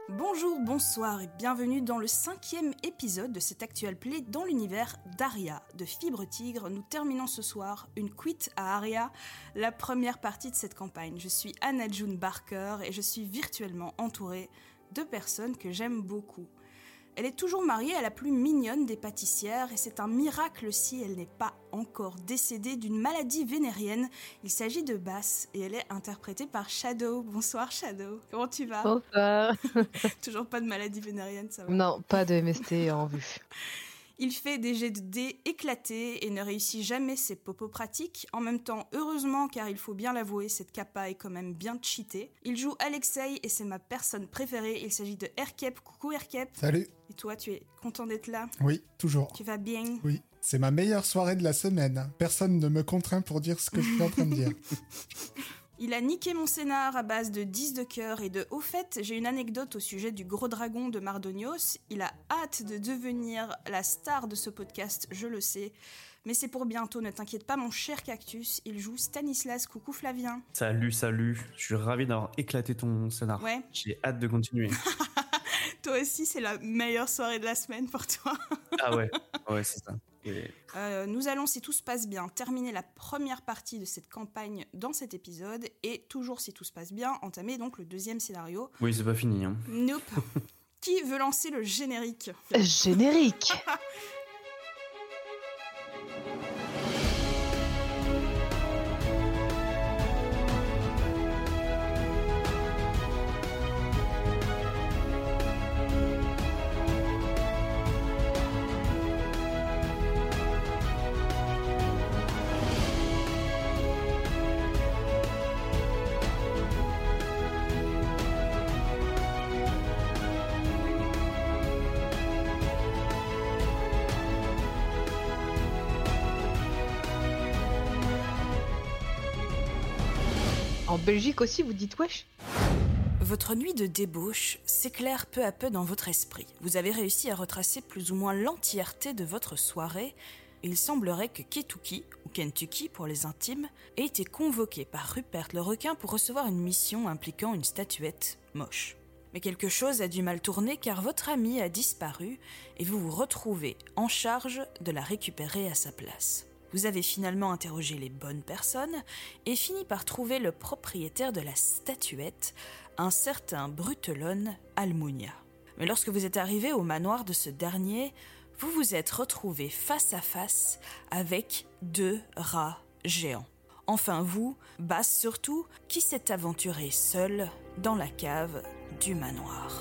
Bonjour, bonsoir et bienvenue dans le 5e épisode de cet actual play dans l'univers d'Aria. De Fibre Tigre, nous terminons ce soir une quit à Aria, la première partie de cette campagne. Je suis Anna June Barker et je suis virtuellement entourée de personnes que j'aime beaucoup. Elle est toujours mariée à la plus mignonne des pâtissières et c'est un miracle si elle n'est pas encore décédée d'une maladie vénérienne. Il s'agit de Bass et elle est interprétée par Shadow. Bonsoir Shadow, comment tu vas ? Bonsoir. Toujours pas de maladie vénérienne, ça va ? Non, pas de MST en vue. Il fait des jets de dés éclatés et ne réussit jamais ses popos pratiques. En même temps, heureusement, car il faut bien l'avouer, cette capa est quand même bien cheatée. Il joue Alexei et c'est ma personne préférée. Il s'agit de Erkep. Coucou Erkep. Salut. Et toi, tu es content d'être là ? Oui, toujours. Tu vas bien ? Oui, c'est ma meilleure soirée de la semaine. Personne ne me contraint pour dire ce que je suis en train de dire. Il a niqué mon scénar à base de 10 de cœur et de « Au fait, j'ai une anecdote au sujet du gros dragon de Mardonios. Il a hâte de devenir la star de ce podcast, je le sais. Mais c'est pour bientôt, ne t'inquiète pas mon cher cactus. Il joue Stanislas. Coucou Flavien. Salut. Je suis ravi d'avoir éclaté ton scénar. Ouais. J'ai hâte de continuer. Toi aussi, c'est la meilleure soirée de la semaine pour toi. Ah ouais, c'est ça. Et... nous allons, si tout se passe bien, terminer la première partie de cette campagne dans cet épisode et toujours, si tout se passe bien, entamer donc le deuxième scénario. Oui, c'est pas fini. Hein. Nope. Qui veut lancer le générique ? Générique. En Belgique aussi, vous dites wesh ? Votre nuit de débauche s'éclaire peu à peu dans votre esprit. Vous avez réussi à retracer plus ou moins l'entièreté de votre soirée. Et il semblerait que Ketuki, ou Kentucky pour les intimes, ait été convoqué par Rupert le requin pour recevoir une mission impliquant une statuette moche. Mais quelque chose a du mal tourner car votre ami a disparu et vous vous retrouvez en charge de la récupérer à sa place. Vous avez finalement interrogé les bonnes personnes et fini par trouver le propriétaire de la statuette, un certain Brutelon Almunia. Mais lorsque vous êtes arrivé au manoir de ce dernier, vous vous êtes retrouvé face à face avec 2 rats géants. Enfin vous, Bass surtout, qui s'est aventuré seul dans la cave du manoir.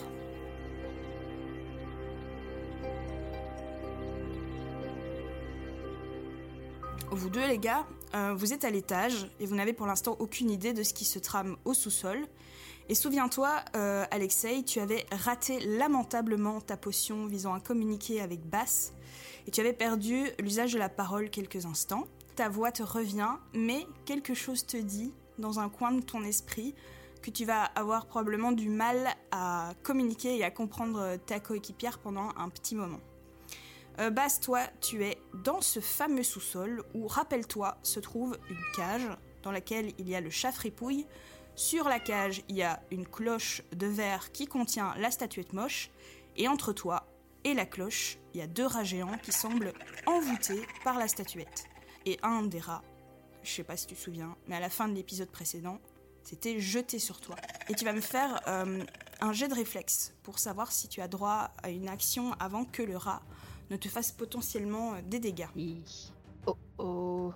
Vous deux les gars, vous êtes à l'étage et vous n'avez pour l'instant aucune idée de ce qui se trame au sous-sol. Et souviens-toi, Alexei, tu avais raté lamentablement ta potion visant à communiquer avec Bass et tu avais perdu l'usage de la parole quelques instants. Ta voix te revient, mais quelque chose te dit, dans un coin de ton esprit, que tu vas avoir probablement du mal à communiquer et à comprendre ta coéquipière pendant un petit moment. Bass, toi, tu es dans ce fameux sous-sol où, rappelle-toi, se trouve une cage dans laquelle il y a le chat fripouille. Sur la cage, il y a une cloche de verre qui contient la statuette moche. Et entre toi et la cloche, il y a 2 rats géants qui semblent envoûtés par la statuette. Et un des rats, je sais pas si tu te souviens, mais à la fin de l'épisode précédent, s'était jeté sur toi. Et tu vas me faire un jet de réflexe pour savoir si tu as droit à une action avant que le rat ne te fasse potentiellement des dégâts. Oh,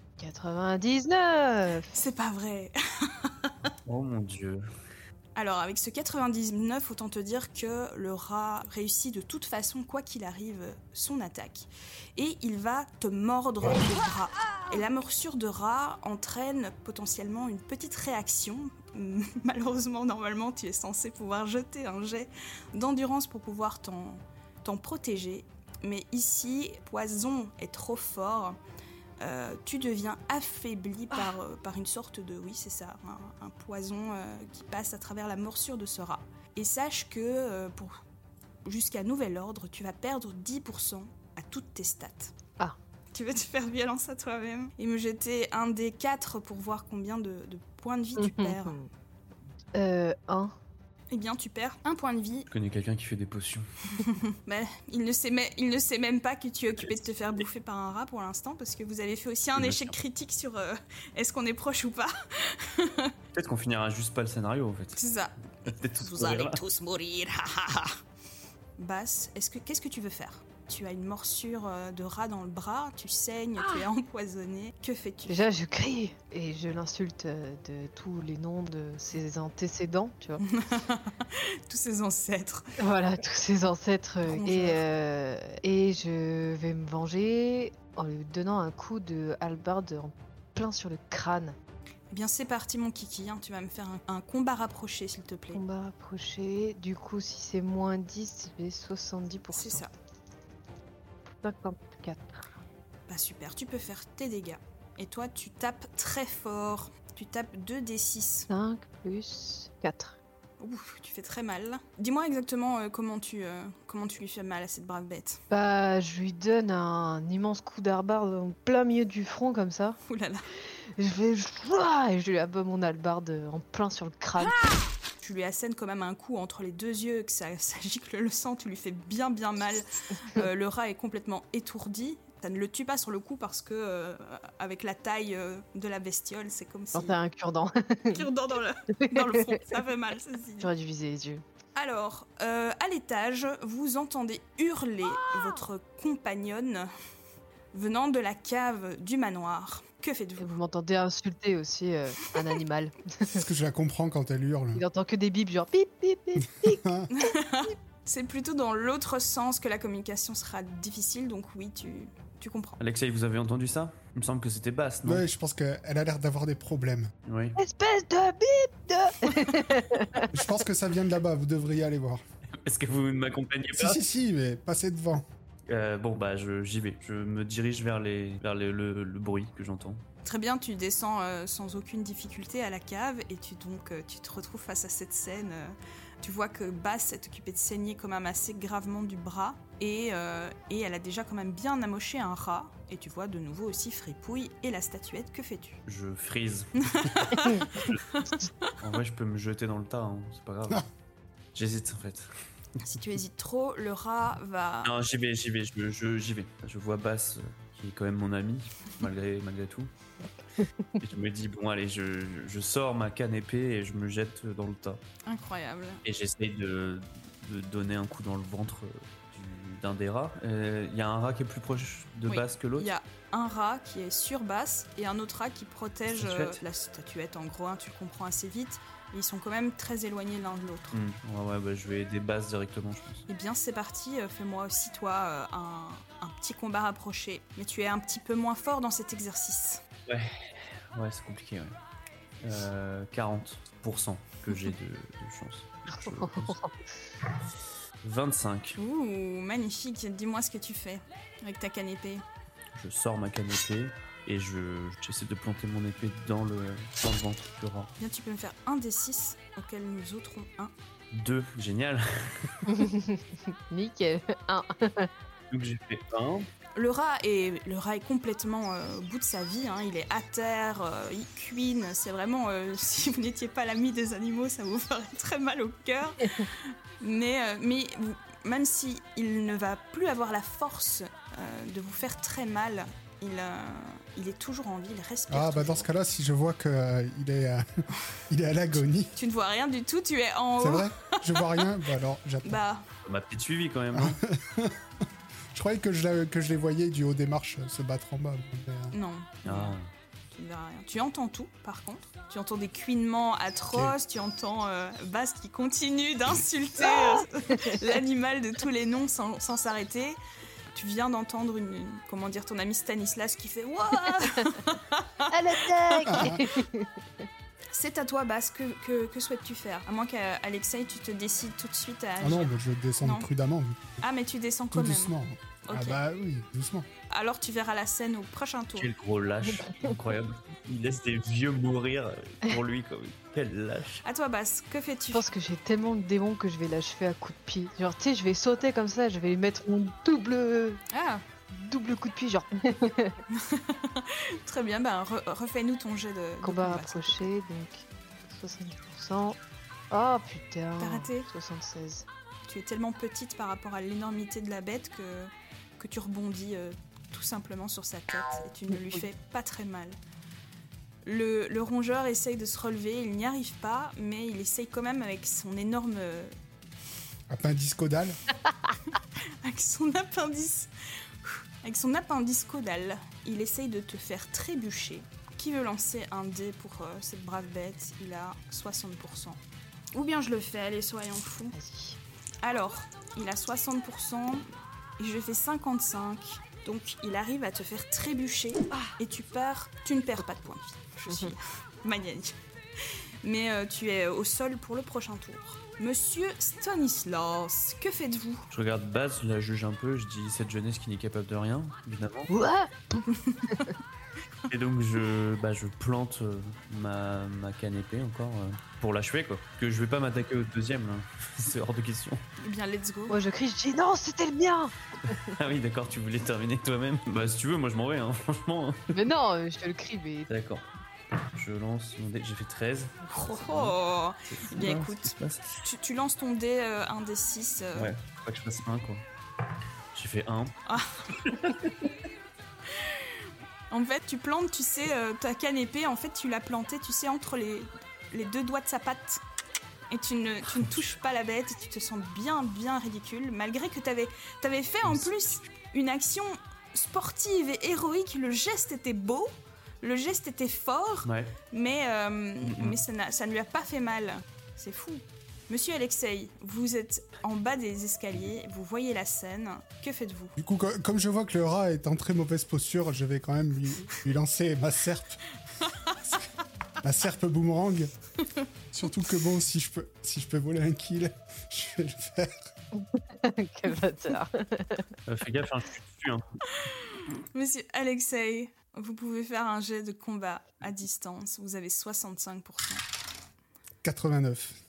99. C'est pas vrai. Oh mon Dieu. Alors, avec ce 99, autant te dire que le rat réussit de toute façon, quoi qu'il arrive, son attaque. Et il va te mordre le bras. Et la morsure de rat entraîne potentiellement une petite réaction. Malheureusement, normalement, tu es censé pouvoir jeter un jet d'endurance pour pouvoir t'en protéger. Mais ici, poison est trop fort. Tu deviens affaibli par une sorte de... Oui, c'est ça, un poison qui passe à travers la morsure de ce rat. Et sache que jusqu'à nouvel ordre, tu vas perdre 10% à toutes tes stats. Ah. Tu veux te faire violence à toi-même et me jeter un des 4 pour voir combien de points de vie tu perds. 1. Eh bien, tu perds un point de vie. Je connais quelqu'un qui fait des potions. Mais il ne sait même pas que tu es occupé de te faire bouffer par un rat pour l'instant, parce que vous avez fait aussi un Bien échec sûr. critique sur est-ce qu'on est proche ou pas. Peut-être qu'on finira juste pas le scénario en fait. C'est ça. Peut-être tous Vous mourir allez là. tous mourir. Bass, qu'est-ce que tu veux faire? Tu as une morsure de rat dans le bras, tu saignes, tu es empoisonné. Que fais-tu? Déjà, je crie et je l'insulte de tous les noms de ses antécédents, tu vois. Tous ces ancêtres. Voilà, tous ses ancêtres. Et je vais me venger en lui donnant un coup de hallebarde en plein sur le crâne. Eh bien, c'est parti, mon kiki. Hein. Tu vas me faire un combat rapproché, s'il te plaît. Combat approché. Du coup, si c'est moins 10, j'ai 70%. C'est ça. 54. Bah super, tu peux faire tes dégâts. Et toi, tu tapes très fort. Tu tapes 2d6. 5 plus 4. Ouf, tu fais très mal. Dis-moi exactement comment tu lui fais mal à cette brave bête. Bah, je lui donne un immense coup d'hallebarde en plein milieu du front, comme ça. Ouh là là. Je vais... Et je lui abats mon hallebarde en plein sur le crâne. Tu lui assènes quand même un coup entre les deux yeux, que ça gicle le sang, tu lui fais bien mal. Le rat est complètement étourdi. Ça ne le tue pas sur le coup parce que, avec la taille de la bestiole, c'est comme si... Quand t'as un cure-dent. Cure-dent dans le front, ça fait mal, ceci. J'aurais dû viser les yeux. Alors, à l'étage, vous entendez hurler votre compagnonne venant de la cave du manoir. Que Et faites-vous? vous m'entendez insulter aussi un animal. Est-ce que je la comprends quand elle hurle? Il entend que des bips, genre pip, pip, pip, pip. C'est plutôt dans l'autre sens que la communication sera difficile, donc oui, tu comprends. Alexei, vous avez entendu ça? Il me semble que c'était basse, non? Ouais, je pense qu'elle a l'air d'avoir des problèmes. Oui. Espèce de bip de... Je pense que ça vient de là-bas, vous devriez aller voir. Est-ce que vous ne m'accompagnez pas? Si, mais passez devant. Bon, bah, j'y vais. Je me dirige vers le bruit que j'entends. Très bien, tu descends sans aucune difficulté à la cave et tu te retrouves face à cette scène. Tu vois que Bass est occupée de saigner quand même assez gravement du bras et elle a déjà quand même bien amoché un rat. Et tu vois de nouveau aussi Fripouille et la statuette. Que fais-tu? Je frise. En vrai, je peux me jeter dans le tas, hein, c'est pas grave. J'hésite en fait. Si tu hésites trop, le rat va... Non, j'y vais, j'y vais. Je vois Bass, qui est quand même mon ami, malgré tout. Et je me dis, bon, allez, je sors ma canne épée et je me jette dans le tas. Incroyable. Et j'essaye de donner un coup dans le ventre d'un des rats. Il y a un rat qui est plus proche de Oui, Bass que l'autre. Il y a un rat qui est sur Bass et un autre rat qui protège Statuette. la statuette. En gros, hein, tu le comprends assez vite. Et ils sont quand même très éloignés l'un de l'autre. Ouais, bah, je vais aider Bass directement, je pense. Eh bien, c'est parti. Fais-moi aussi, toi, un petit combat rapproché. Mais tu es un petit peu moins fort dans cet exercice. Ouais, c'est compliqué, ouais. 40% que j'ai de chance. Je pense. 25. Ouh, magnifique. Dis-moi ce que tu fais avec ta canne épée. Je sors ma canne épée et j'essaie de planter mon épée dans le ventre du rat. Eh bien, tu peux me faire un des 6 auquel nous autrons un. 2, génial. Nickel. 1. Donc j'ai fait 1. Le rat est complètement au bout de sa vie. Hein. Il est à terre, il cuine. C'est vraiment, si vous n'étiez pas l'ami des animaux, ça vous ferait très mal au cœur. Mais même si il ne va plus avoir la force de vous faire très mal, il est toujours en vie, il respire. Ah, bah dans ce cas-là, si je vois qu'il est, il est à l'agonie. Tu ne vois rien du tout, tu es en haut. C'est vrai? Je vois rien? Bah alors, j'attends. Bah, On m'a peut-être suivi quand même, non? Je croyais que je les voyais du haut des marches se battre en bas. Mais, non. Ah. Tu ne verras rien. Tu entends tout, par contre. Tu entends des couinements atroces, tu entends Bass qui continue d'insulter l'animal de tous les noms sans s'arrêter. Tu viens d'entendre comment dire, ton ami Stanislas qui fait « Wouah !» À l'attaque. C'est à toi, Bass. Que souhaites-tu faire? À moins qu'Alexei, tu te décides tout de suite à agir. Ah non, mais je vais descendre Non. prudemment. Ah, mais tu descends Tout quand même. doucement. Ok. Ah bah oui, doucement. Alors tu verras la scène au prochain tour. Quel gros lâche, incroyable. Il laisse des vieux mourir pour lui, quoi. Quel lâche. À toi, Bass. Que fais-tu? Je pense que j'ai tellement de démons que je vais l'achever à coups de pied. Genre, tu sais, je vais sauter comme ça, je vais lui mettre mon double coup de pied, genre. Très bien. Ben, refais-nous ton jet de Combat combat. rapproché, donc 70%. Oh putain. T'as raté. 76. Tu es tellement petite par rapport à l'énormité de la bête que tu rebondis tout simplement sur sa tête et tu ne lui fais pas très mal. Le rongeur essaye de se relever, il n'y arrive pas, mais il essaye quand même avec son énorme... Appendice caudal. Avec son appendice caudal, il essaye de te faire trébucher. Qui veut lancer un dé pour cette brave bête? Il a 60%. Ou bien je le fais, allez, soyons fous. Vas-y. Alors, il a 60% et je fais 55. Donc, il arrive à te faire trébucher et tu ne perds pas de points de vie. Je suis magnanime. Mais tu es au sol pour le prochain tour. Monsieur Stanislas, que faites-vous? Je regarde Baz, je la juge un peu, je dis cette jeunesse qui n'est capable de rien, évidemment. Ouah. Et donc je plante ma canne épée encore pour l'achever quoi. Que je vais pas m'attaquer au deuxième là, c'est hors de question. Eh bien, let's go. Moi je crie, je dis non, c'était le mien. Ah oui d'accord, tu voulais terminer toi-même. Bah si tu veux, moi je m'en vais hein, franchement. Hein. Mais non, je te le crie, mais... D'accord. Je lance mon dé, j'ai fait 13. Oh. C'est Eh bien, hein, écoute, ce qui se passe. tu lances ton dé, un dé 6. Ouais, faut pas que je fasse 1 quoi. J'ai fait 1. En fait, tu plantes, tu sais, ta canne épée, en fait, tu l'as plantée, tu sais, entre les deux doigts de sa patte. Et tu ne touches pas la bête et tu te sens bien ridicule, malgré que t'avais fait en plus une action sportive et héroïque. Le geste était beau, le geste était fort, Ouais. mais ça ne lui a pas fait mal. C'est fou. Monsieur Alexei, vous êtes en bas des escaliers, vous voyez la scène, que faites-vous? Du coup, comme je vois que le rat est en très mauvaise posture, je vais quand même lui lancer ma serpe. Ma serpe boomerang. Surtout que bon, si je peux voler un kill, je vais le faire. Quel bâtard. Fais gaffe, hein, je suis dessus. Hein. Monsieur Alexei, vous pouvez faire un jet de combat à distance, vous avez 65%. 89.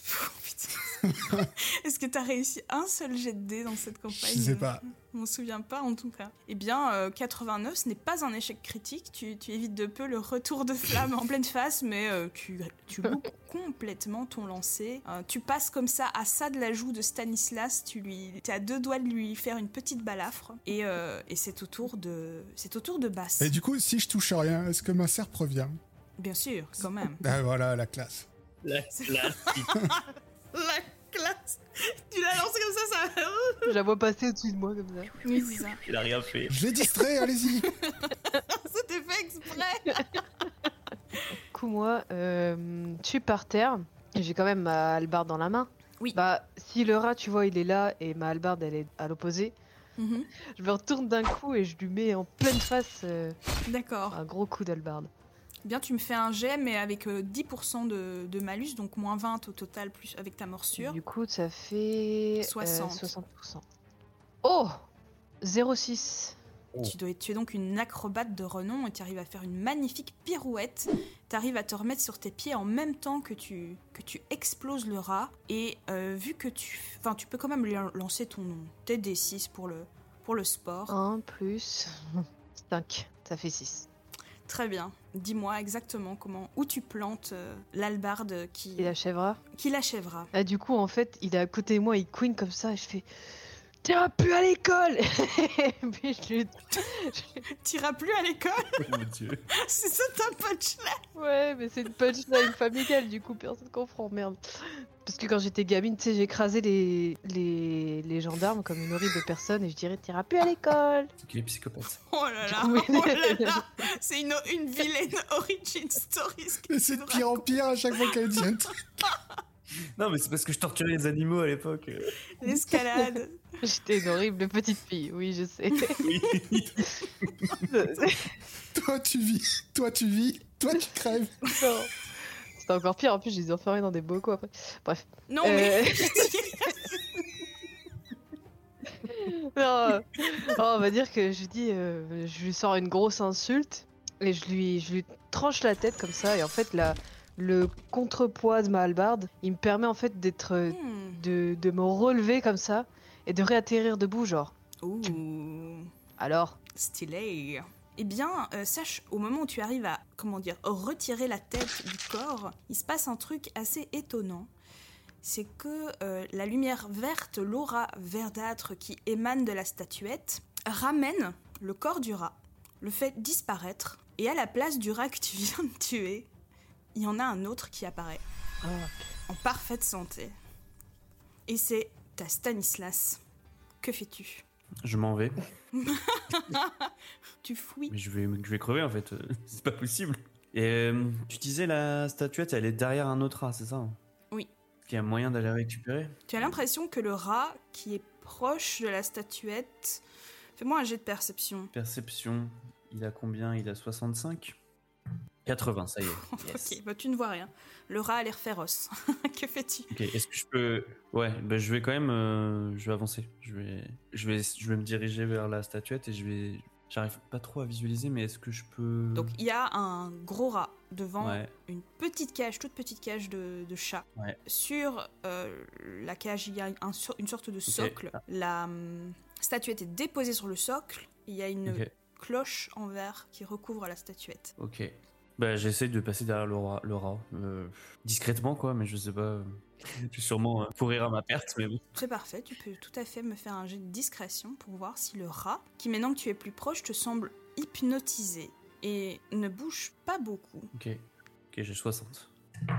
Putain. Est-ce que t'as réussi un seul jet de dés dans cette campagne? Je sais pas. Je m'en souviens pas en tout cas. Eh bien, 89, ce n'est pas un échec critique. Tu évites de peu le retour de flamme en pleine face, mais tu loupes complètement ton lancer. Tu passes comme ça à ça de la joue de Stanislas. T'es à 2 doigts de lui faire une petite balafre. Et c'est au tour de Bass. Et du coup, si je touche rien, est-ce que ma serpe revient? Bien sûr, quand même. Ah voilà, la classe. La classique. La classe. Tu l'as lancé comme ça. Je la vois passer au-dessus de moi comme ça. Oui, c'est ça. Il a rien fait. Je l'ai distrait, allez-y. C'était fait exprès. Du coup, moi, je suis par terre. Et j'ai quand même ma hallebarde dans la main. Oui. Bah, si le rat, tu vois, il est là et ma hallebarde, elle est à l'opposé, Mhm. je me retourne d'un coup et je lui mets en pleine face D'accord. un gros coup d'hallebarde. Bien, tu me fais un jet, mais avec 10% de malus, donc moins 20 au total, plus avec ta morsure. Du coup, ça fait 60. 60%. Oh 0,6. Tu es donc une acrobate de renom et tu arrives à faire une magnifique pirouette. Tu arrives à te remettre sur tes pieds en même temps que tu exploses le rat. Et vu que tu peux quand même lui lancer tes D6 pour le sport. 1 plus 5. Ça fait 6. Très bien. Dis-moi exactement où tu plantes l'hallebarde qui Il achèvera. l'achèvera. Ah, du coup, en fait, il est à côté de moi, il couine comme ça et je fais... T'iras plus à l'école. Et puis T'iras plus à l'école? Oh mon dieu. C'est ça ta punchline? Ouais, mais c'est une punchline familiale, du coup, personne comprend, merde. Parce que quand j'étais gamine, tu sais, j'écrasais les gendarmes comme une horrible personne et je dirais t'iras plus à l'école. C'est qu'il est psychopathe. Oh là là, Oui. oh là là. C'est une vilaine origin story. Et c'est de pire en pire à chaque fois qu'elle dit un truc. Non mais c'est parce que je torturais les animaux à l'époque. L'escalade. J'étais une horrible petite fille, oui, je sais. Oui. Toi tu vis, toi tu crèves. Non. C'était encore pire, en plus, je les enfermais dans des bocaux après. Bref. Non mais... Non, on va dire que je dis, je lui sors une grosse insulte et je lui tranche la tête comme ça et en fait le contrepoids de ma hallebarde, il me permet en fait d'être de me relever comme ça et de réatterrir debout genre. Ouh, Alors, stylé. Eh bien, sache, au moment où tu arrives à, retirer la tête du corps, il se passe un truc assez étonnant. c'est que la lumière verte, l'aura verdâtre qui émane de la statuette, ramène le corps du rat, le fait disparaître, et à la place du rat que tu viens de tuer, il y en a un autre qui apparaît, en parfaite santé. Et c'est ta Stanislas. Que fais-tu ? Je m'en vais. Tu fouilles. Mais je vais crever en fait. C'est pas possible. Et tu disais la statuette, elle est derrière un autre rat, c'est ça ? Oui. Est-ce qu'il y a moyen d'aller récupérer ? Tu as l'impression que le rat qui est proche de la statuette... Fais-moi un jet de perception. Perception, il a combien ? Il a 65 ? 80, ça y est. Yes. Ok, bah tu ne vois rien. Le rat a l'air féroce. Que fais-tu ? Ok, est-ce que je peux... Ouais, bah je vais quand même... je vais avancer. Je vais me diriger vers la statuette et j'arrive pas trop à visualiser, mais est-ce que je peux... Donc il y a un gros rat devant Ouais. une petite cage, toute petite cage de chat. Ouais. Sur la cage, il y a une sorte de socle. La statuette est déposée sur le socle. Il y a une Ok. cloche en verre qui recouvre la statuette. Ok. Bah j'essaie de passer derrière le rat. Discrètement quoi, mais je sais pas... Je vais sûrement courir à ma perte, mais bon. C'est parfait, tu peux tout à fait me faire un jet de discrétion pour voir si le rat, qui maintenant que tu es plus proche, te semble hypnotisé et ne bouge pas beaucoup. Ok, j'ai 60.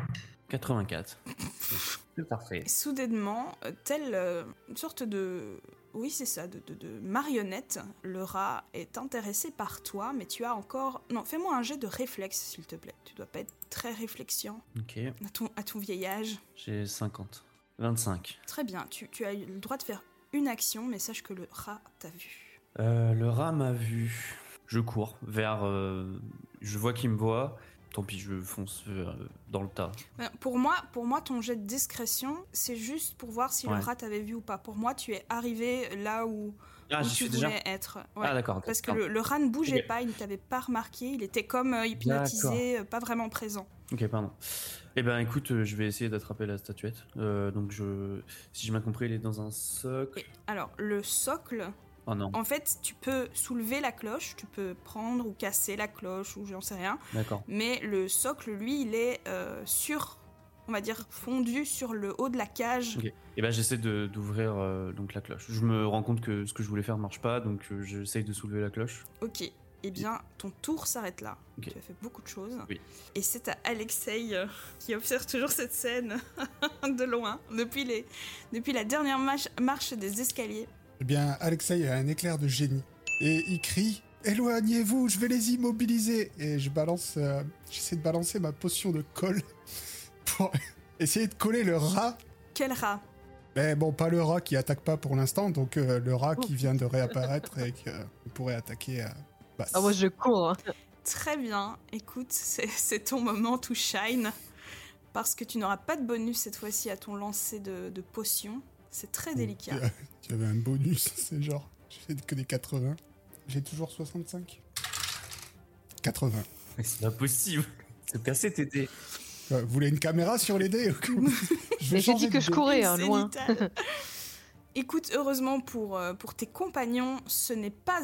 84. C'est parfait. Soudainement, telle une sorte de... Oui, c'est ça, de marionnette, le rat est intéressé par toi, mais tu as encore... Non, fais-moi un jet de réflexe, s'il te plaît. Tu dois pas être très réflexion Ok, à ton vieil âge. j'ai 50. 25. Très bien, tu as eu le droit de faire une action, mais sache que le rat t'a vu. Le rat m'a vu. Je cours vers... je vois qu'il me voit. Tant pis, je fonce dans le tas. Pour moi, ton jet de discrétion, c'est juste pour voir si le Ouais. rat t'avait vu ou pas. Pour moi, tu es arrivé là où Ah, où j'y tu suis déjà. voulais être. Ouais. Ah d'accord. ok, Parce que pardon. le rat ne bougeait Ok. pas, il ne t'avait pas remarqué, il était comme hypnotisé, pas vraiment présent. Ok, pardon. Eh ben écoute, je vais essayer d'attraper la statuette. Donc si j'ai bien compris, il est dans un socle. Alors, le socle, Oh non, en fait, tu peux soulever la cloche, tu peux prendre ou casser la cloche, ou j'en sais rien, d'accord. mais le socle, lui, il est on va dire, fondu sur le haut de la cage. Ok. Et ben j'essaie d'ouvrir donc la cloche. Je me rends compte que ce que je voulais faire marche pas, donc j'essaye de soulever la cloche. Ok, eh bien, ton tour s'arrête là. Ok. Tu as fait beaucoup de choses. Oui. Et c'est à Alexei qui observe toujours cette scène de loin, depuis la dernière marche des escaliers. Eh bien, Alexei a un éclair de génie. Et il crie « Éloignez-vous, je vais les immobiliser !» Et j'essaie de balancer ma potion de colle pour essayer de coller le rat. Quel rat ? Mais bon, pas le rat qui attaque pas pour l'instant, donc le rat qui vient de réapparaître et qui pourrait attaquer Bass. Ah, moi je cours. Hein. Très bien, écoute, c'est ton moment to shine. Parce que tu n'auras pas de bonus cette fois-ci à ton lancer de potions. C'est très délicat. Tu avais un bonus, c'est genre, j'ai fait que des 80. J'ai toujours 65. 80. Mais c'est pas possible. C'est cassé tes dés. Vous voulez une caméra sur les dés ou quoi? Je vais Mais j'ai changer dit que de je dé. courais, hein, C'est loin. vital. Écoute, heureusement pour tes compagnons, ce n'est pas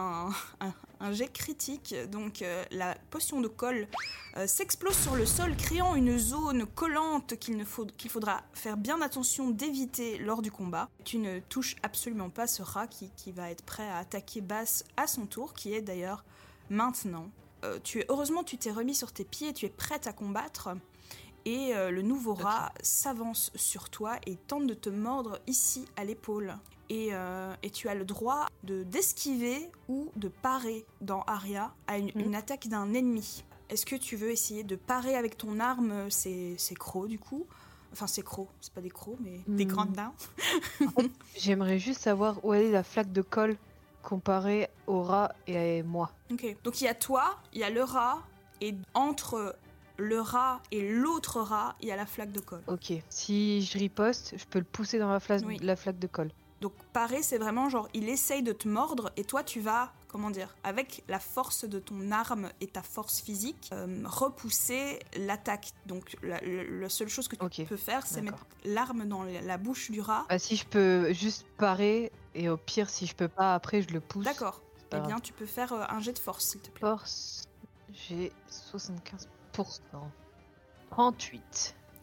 un jet critique. Donc la potion de colle s'explose sur le sol, créant une zone collante qu'il faudra faire bien attention d'éviter lors du combat. Tu ne touches absolument pas ce rat qui va être prêt à attaquer Bass à son tour, qui est d'ailleurs maintenant. Heureusement, tu t'es remis sur tes pieds, tu es prête à combattre. Et le nouveau rat s'avance sur toi et tente de te mordre ici à l'épaule. Et tu as le droit d'esquiver ou de parer dans Aria à une attaque d'un ennemi. Est-ce que tu veux essayer de parer avec ton arme ces crocs du coup ? Enfin ces crocs, c'est pas des crocs mais des grandes dents. J'aimerais juste savoir où est la flaque de colle comparée au rat et à moi. Ok, donc il y a toi, il y a le rat et entre le rat et l'autre rat, il y a la flaque de colle. Ok. Si je riposte, je peux le pousser dans la flaque de colle. Donc parer, c'est vraiment genre, il essaye de te mordre et toi tu vas, comment dire, avec la force de ton arme et ta force physique, repousser l'attaque. Donc la seule chose que tu peux faire, c'est mettre l'arme dans la bouche du rat. Ah, si je peux juste parer, et au pire, si je peux pas, après je le pousse. D'accord. Eh bien, tu peux faire un jet de force, s'il te plaît. Force, j'ai 75%. 38. 38 ?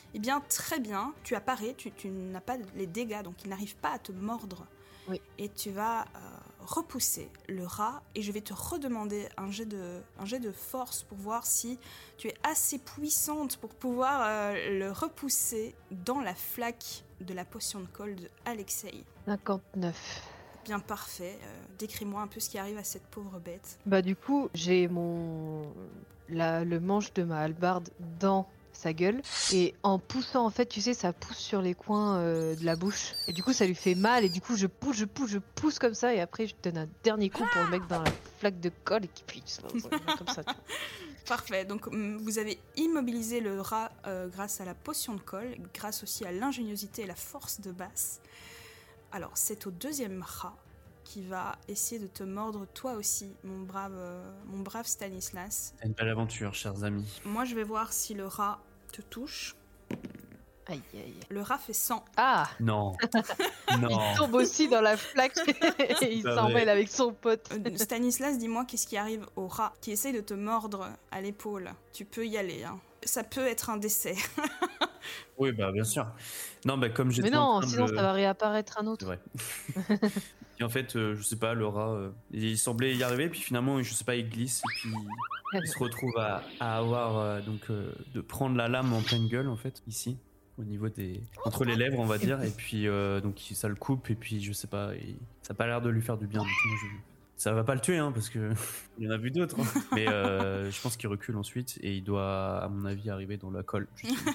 Eh bien, très bien, tu apparais, tu n'as pas les dégâts, donc il n'arrive pas à te mordre. Oui. Et tu vas repousser le rat, et je vais te redemander un jet de force pour voir si tu es assez puissante pour pouvoir le repousser dans la flaque de la potion de colle de Alexei. 59. Bien, parfait. Décris-moi un peu ce qui arrive à cette pauvre bête. Bah du coup, j'ai le manche de ma hallebarde dans sa gueule et en poussant, en fait, tu sais, ça pousse sur les coins de la bouche et du coup ça lui fait mal et du coup je pousse comme ça et après je donne un dernier coup pour le mec dans la flaque de colle et qui puis comme ça. Tu vois. Parfait, donc vous avez immobilisé le rat grâce à la potion de colle, grâce aussi à l'ingéniosité et la force de Bass. Alors c'est au deuxième rat qui va essayer de te mordre toi aussi, mon brave Stanislas. C'est une belle aventure, chers amis. Moi je vais voir si le rat te touche. Aïe aïe. Le rat fait 100. Ah, Non. Non. il tombe aussi dans la flaque et il pas s'en vrai. mêle avec son pote. Stanislas, dis-moi qu'est-ce qui arrive au rat qui essaye de te mordre à l'épaule. Tu peux y aller, hein. Ça peut être un décès. Oui, bah bien sûr. Non, bah comme j'étais Mais en non, train de sinon le- ça va réapparaître un C'est autre. vrai. Et en fait, je sais pas, le rat, il semblait y arriver, puis finalement, je sais pas, il glisse, et puis il se retrouve à avoir, de prendre la lame en pleine gueule, en fait, ici, au niveau des... entre les lèvres, on va dire, et puis, donc, ça le coupe, et puis, je sais pas, ça a pas l'air de lui faire du bien, donc moi, ça va pas le tuer, hein, parce que il y en a vu d'autres, hein. Mais je pense qu'il recule ensuite, et il doit, à mon avis, arriver dans la colle, justement.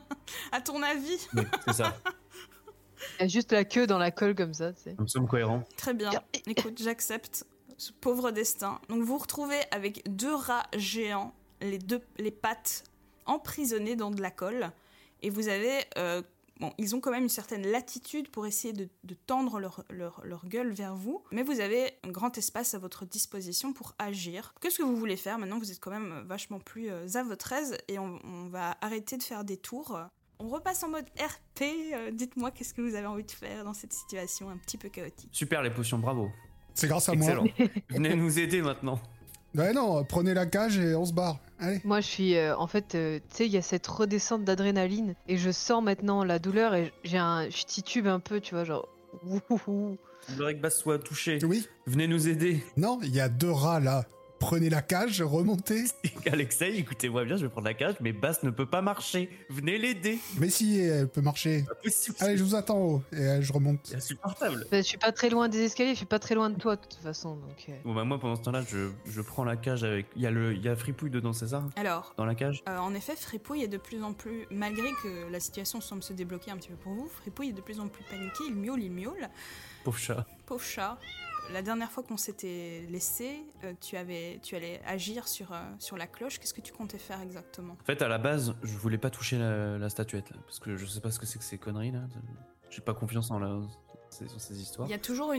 À ton avis? Oui, c'est ça, Il y a juste la queue dans la colle comme ça, tu sais. nous sommes cohérents. Très bien. Écoute, j'accepte ce pauvre destin. Donc vous vous retrouvez avec 2 rats géants, les pattes emprisonnées dans de la colle, et vous avez... bon, ils ont quand même une certaine latitude pour essayer de tendre leur gueule vers vous, mais vous avez un grand espace à votre disposition pour agir. Qu'est-ce que vous voulez faire? Maintenant, vous êtes quand même vachement plus à votre aise, et on va arrêter de faire des tours. On repasse en mode RP. Dites-moi qu'est-ce que vous avez envie de faire dans cette situation un petit peu chaotique. Super, les potions, bravo. C'est grâce à Excellent. moi. Venez nous aider maintenant. Ouais, non, prenez la cage et on se barre. Allez. Moi, je suis en fait, tu sais, il y a cette redescente d'adrénaline et je sens maintenant la douleur et je titube un peu, tu vois, genre. Ouhouhou. Il faudrait que Bass soit touché. Oui. Venez nous aider. Non, il y a 2 rats là. Prenez la cage, remontez. Alexei, écoutez-moi bien, je vais prendre la cage, mais Bass ne peut pas marcher. Venez l'aider. Mais si, elle peut marcher. Pas possible. Allez, je vous attends en haut et je remonte. C'est insupportable. Je suis pas très loin des escaliers, je suis pas très loin de toi de toute façon, donc. Bon bah moi pendant ce temps-là, je prends la cage avec. Il y a Fripouille dedans, c'est ça? Alors, Dans la cage? en effet, Fripouille est de plus en plus, malgré que la situation semble se débloquer un petit peu pour vous, Fripouille est de plus en plus paniqué, il miaule. Pauvre chat. Pauvre chat. La dernière fois qu'on s'était laissé, tu allais agir sur la cloche. Qu'est-ce que tu comptais faire exactement? En fait, à la base, je voulais pas toucher la statuette, là, parce que je sais pas ce que c'est que ces conneries là. J'ai pas confiance sur ces histoires. Il y a toujours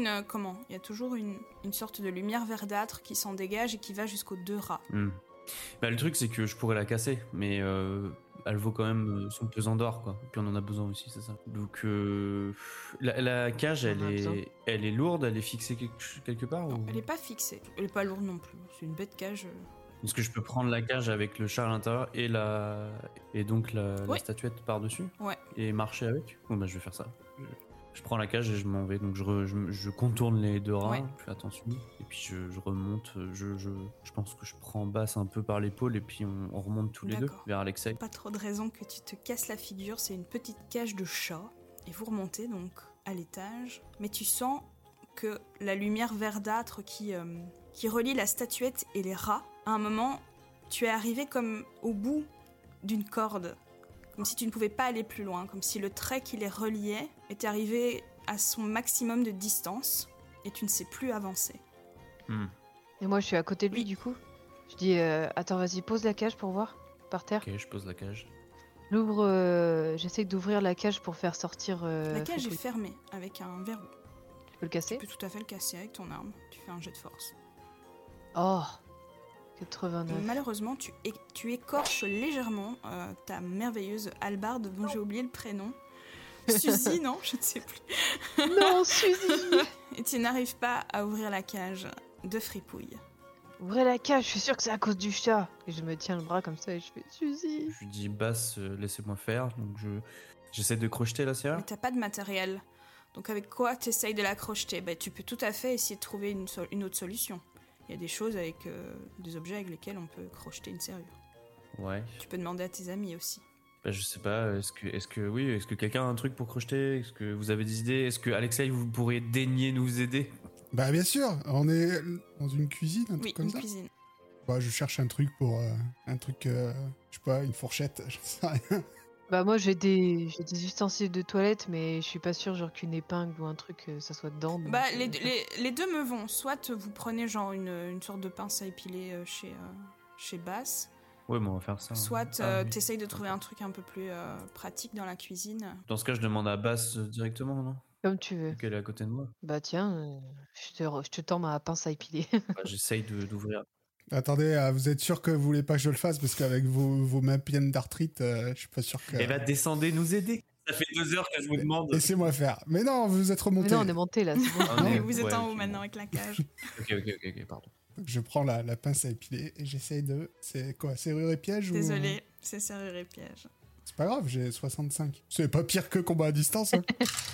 une sorte de lumière verdâtre qui s'en dégage et qui va jusqu'aux 2 rats. Bah, le truc, c'est que je pourrais la casser, mais elle vaut quand même son pesant d'or, quoi. Et puis on en a besoin aussi, c'est ça. Donc la cage, On en a besoin. elle est lourde, elle est fixée quelque part Non, ou... elle est pas fixée. Elle est pas lourde non plus. C'est une bête cage. Est-ce que je peux prendre la cage avec le chat à l'intérieur et donc la Oui. statuette par-dessus? Ouais. Et marcher avec? Bon bah je vais faire ça. Je prends la cage et je m'en vais, donc je contourne les 2 rats, Ouais. je fais attention, et puis je remonte, je pense que je prends Bass un peu par l'épaule, et puis on remonte tous les 2 D'accord. vers Alexei. Pas trop de raison que tu te casses la figure. C'est une petite cage de chat. Et vous remontez donc à l'étage. Mais tu sens que la lumière verdâtre qui relie la statuette et les rats, à un moment, tu es arrivé comme au bout d'une corde. Comme si tu ne pouvais pas aller plus loin. Comme si le trait qui les reliait était arrivé à son maximum de distance. Et tu ne sais plus avancer. Et moi, je suis à côté de lui, Oui. du coup. Je dis, attends, vas-y, pose la cage pour voir, par terre. Ok, je pose la cage. J'ouvre, j'essaie d'ouvrir la cage pour faire sortir. La cage est Fripouille. fermée avec un verrou. Tu peux le Tu casser? peux tout à fait le casser avec ton arme. Tu fais un jet de force. Oh, 89. Malheureusement, tu écorches légèrement ta merveilleuse hallebarde dont j'ai oublié le prénom. Suzy, non? Je ne sais plus. Non, Suzy. Et tu n'arrives pas à ouvrir la cage de Fripouille. Ouvrez la cage, je suis sûr que c'est à cause du chat. Et je me tiens le bras comme ça et je fais Suzy. Je lui dis Bass, laissez-moi faire. Donc j'essaie de crocheter la serrure. Mais t'as pas de matériel. Donc avec quoi t'essayes de la crocheter? Bah tu peux tout à fait essayer de trouver une autre solution. Il y a des choses avec des objets avec lesquels on peut crocheter une serrure. Ouais. Tu peux demander à tes amis aussi. Bah, je sais pas, est-ce que quelqu'un a un truc pour crocheter? Est-ce que vous avez des idées? Est-ce que Alexei, vous pourriez daigner nous aider? Bah bien sûr, on est dans une cuisine, un Oui, truc comme une ça. cuisine. Bah, je cherche un truc pour... je sais pas, une fourchette, j'en sais rien. Bah moi j'ai des ustensiles de toilette mais je suis pas sûre genre qu'une épingle ou un truc ça soit dedans. Donc, Bah les deux me vont. Soit vous prenez genre une sorte de pince à épiler chez Bass. Ouais, mais on va faire ça. Soit Oui. t'essayes de trouver un truc un peu plus pratique dans la cuisine. Dans ce cas, je demande à Bass directement, non? Comme tu veux. Vu qu'elle est à côté de moi. Bah tiens, je te tends ma pince à épiler. Bah, j'essaye d'ouvrir. Attendez, vous êtes sûr que vous voulez pas que je le fasse? Parce qu'avec vos mains pleines d'arthrite, je suis pas sûr que... Eh bah, descendez nous aider. Ça fait 2 heures que je vous demande. Laissez-moi faire. Mais non, vous êtes Mais remonté. non, on est monté là, c'est bon. Ah, Mais ouais, vous êtes ouais, en haut ok, maintenant bon. avec la cage. Ok, pardon. Donc, je prends la pince à épiler et j'essaye de... C'est quoi, serrure et piège ou... Désolé, c'est serrure et piège. C'est pas grave, j'ai 65. C'est pas pire que combat à distance, hein.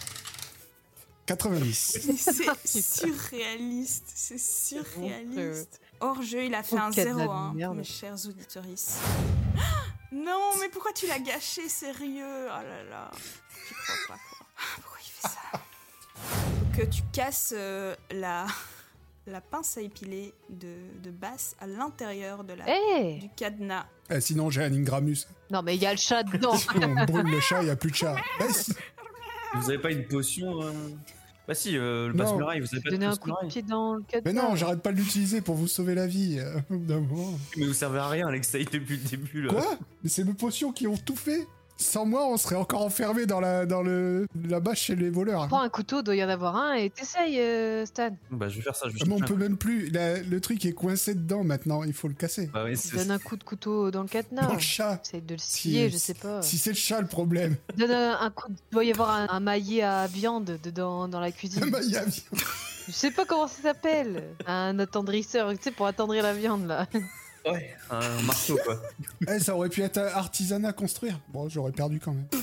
90. Mais c'est surréaliste, c'est surréaliste. Hors jeu, il a fait Oh, un cadenas 0, de hein, merde. mes chers auditeurs. Non, mais pourquoi tu l'as gâché, sérieux? Oh là là, j'y crois pas, quoi. Pourquoi il fait ça? Que tu casses la pince à épiler de Bass à l'intérieur de Eh du cadenas. Sinon, j'ai un Ingramus. Non mais il y a le chat dedans. On brûle le chat, il n'y a plus de chat. Vous avez pas une potion Bah si, le Non. passe-muraille, vous avez pas de Donner un coup de passe-muraille. pied dans le cadenas. Mais non, j'arrête pas de l'utiliser pour vous sauver la vie. Au bout d'un moment. Mais vous servez à rien, Alexei, depuis le début, là. Quoi? Mais c'est mes potions qui ont tout fait. Sans moi, on serait encore enfermé dans la bâche chez les voleurs. Prends un couteau, doit y en avoir un et t'essayes, Stan. Bah je vais faire ça, je vais Ah, mais on chercher peut même plus. Le truc est coincé dedans maintenant, il faut le casser. Bah oui, c'est Donne un coup de couteau dans le cadenas. Dans le chat. Essaye de le scier, je sais pas. Si c'est le chat le problème. Donne un coup. Il doit y avoir un maillet à viande dedans dans la cuisine. Bah, il y a- Je sais pas comment ça s'appelle. Un attendrisseur, tu sais, pour attendrir la viande là. Ouais, un marteau, quoi. Eh, ça aurait pu être un artisanat à construire. Bon, j'aurais perdu quand même.